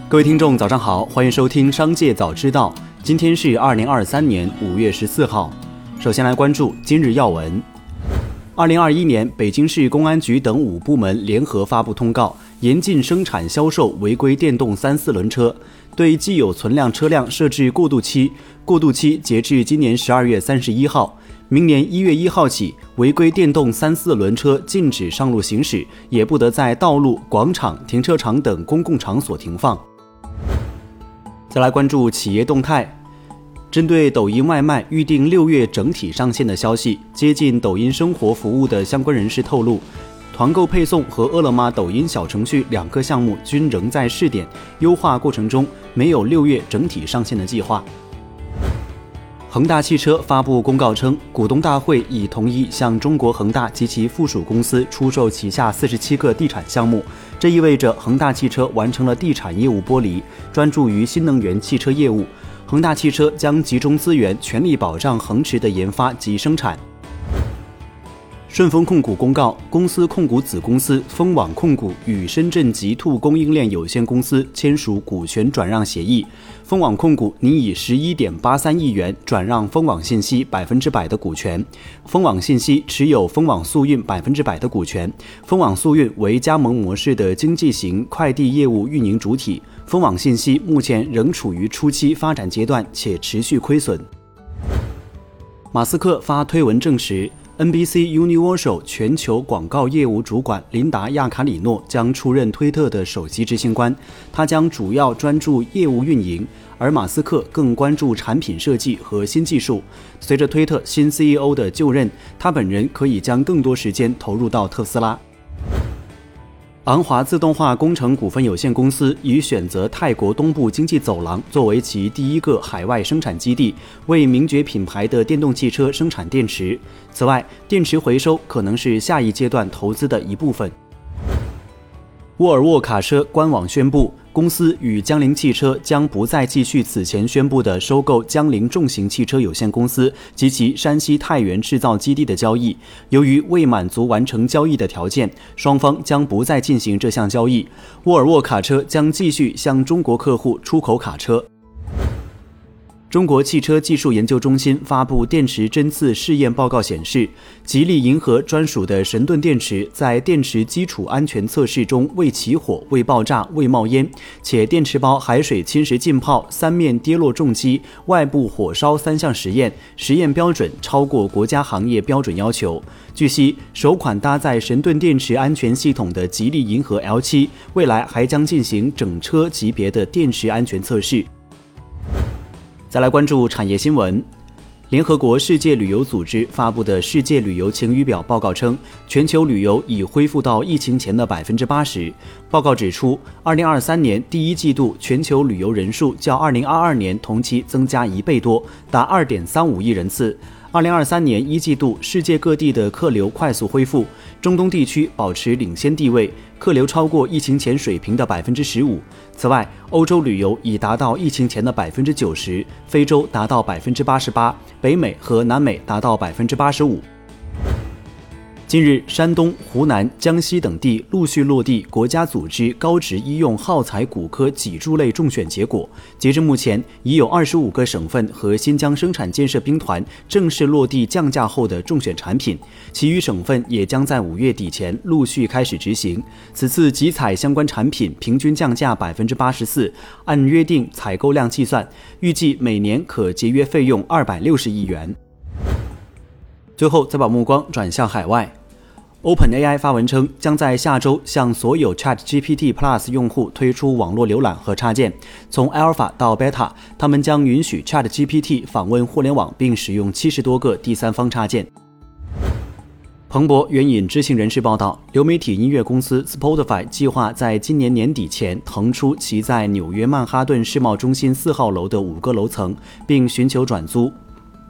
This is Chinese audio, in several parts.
各位听众早上好，欢迎收听商界早知道，今天是2023年5月14号。首先来关注今日要闻。2021年北京市公安局等5部门联合发布通告，严禁生产销售违规电动3、4轮车，对既有存量车辆设置过渡期，过渡期截至今年12月31号。明年1月1号起，违规电动3、4轮车禁止上路行驶，也不得在道路、广场、停车场等公共场所停放。再来关注企业动态。针对抖音外卖预定6月整体上线的消息，接近抖音生活服务的相关人士透露，团购配送和饿了么抖音小程序2个项目均仍在试点优化过程中，没有6月整体上线的计划。恒大汽车发布公告称，股东大会已同意向中国恒大及其附属公司出售旗下47个地产项目，这意味着恒大汽车完成了地产业务剥离，专注于新能源汽车业务。恒大汽车将集中资源，全力保障恒驰的研发及生产。顺丰控股公告，公司控股子公司丰网控股与深圳极兔供应链有限公司签署股权转让协议，丰网控股拟以11.83亿元转让丰网信息100%的股权，丰网信息持有丰网速运100%的股权，丰网速运为加盟模式的经济型快递业务运营主体，丰网信息目前仍处于初期发展阶段，且持续亏损。马斯克发推文证实NBC Universal 全球广告业务主管琳达·亚卡里诺将出任推特的首席执行官，他将主要专注业务运营，而马斯克更关注产品设计和新技术。随着推特新 CEO 的就任，他本人可以将更多时间投入到特斯拉。昂华自动化工程股份有限公司已选择泰国东部经济走廊作为其第一个海外生产基地，为名爵品牌的电动汽车生产电池。此外，电池回收可能是下一阶段投资的一部分。沃尔沃卡车官网宣布，公司与江铃汽车将不再继续此前宣布的收购江铃重型汽车有限公司及其山西太原制造基地的交易。由于未满足完成交易的条件，双方将不再进行这项交易。沃尔沃卡车将继续向中国客户出口卡车。中国汽车技术研究中心发布电池针刺试验报告显示，吉利银河专属的神盾电池在电池基础安全测试中未起火、未爆炸、未冒烟，且电池包海水侵蚀浸泡、3面跌落重击、外部火烧3项实验标准超过国家行业标准要求。据悉，首款搭载神盾电池安全系统的吉利银河 L7 未来还将进行整车级别的电池安全测试。再来关注产业新闻。联合国世界旅游组织发布的世界旅游晴雨表报告称，全球旅游已恢复到疫情前的 80%。报告指出，2023年第一季度全球旅游人数较2022年同期增加1倍多，达 2.35 亿人次。2023年1季度，世界各地的客流快速恢复，中东地区保持领先地位，客流超过疫情前水平的 15%。此外，欧洲旅游已达到疫情前的 90%， 非洲达到 88%， 北美和南美达到 85%。近日，山东、湖南、江西等地陆续落地国家组织高值医用耗材骨科脊柱类中选结果。截至目前，已有25个省份和新疆生产建设兵团正式落地降价后的中选产品，其余省份也将在5月底前陆续开始执行。此次集采相关产品平均降价 84%， 按约定采购量计算，预计每年可节约费用260亿元。最后，再把目光转向海外。OpenAI 发文称，将在下周向所有 ChatGPT Plus 用户推出网络浏览和插件。从 Alpha 到 Beta， 他们将允许 ChatGPT 访问互联网并使用70多个第三方插件。彭博援引知情人士报道，流媒体音乐公司 Spotify 计划在今年年底前腾出其在纽约曼哈顿世贸中心4号楼的5个楼层，并寻求转租。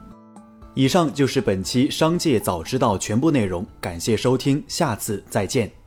以上就是本期商界早知道全部内容，感谢收听，下次再见。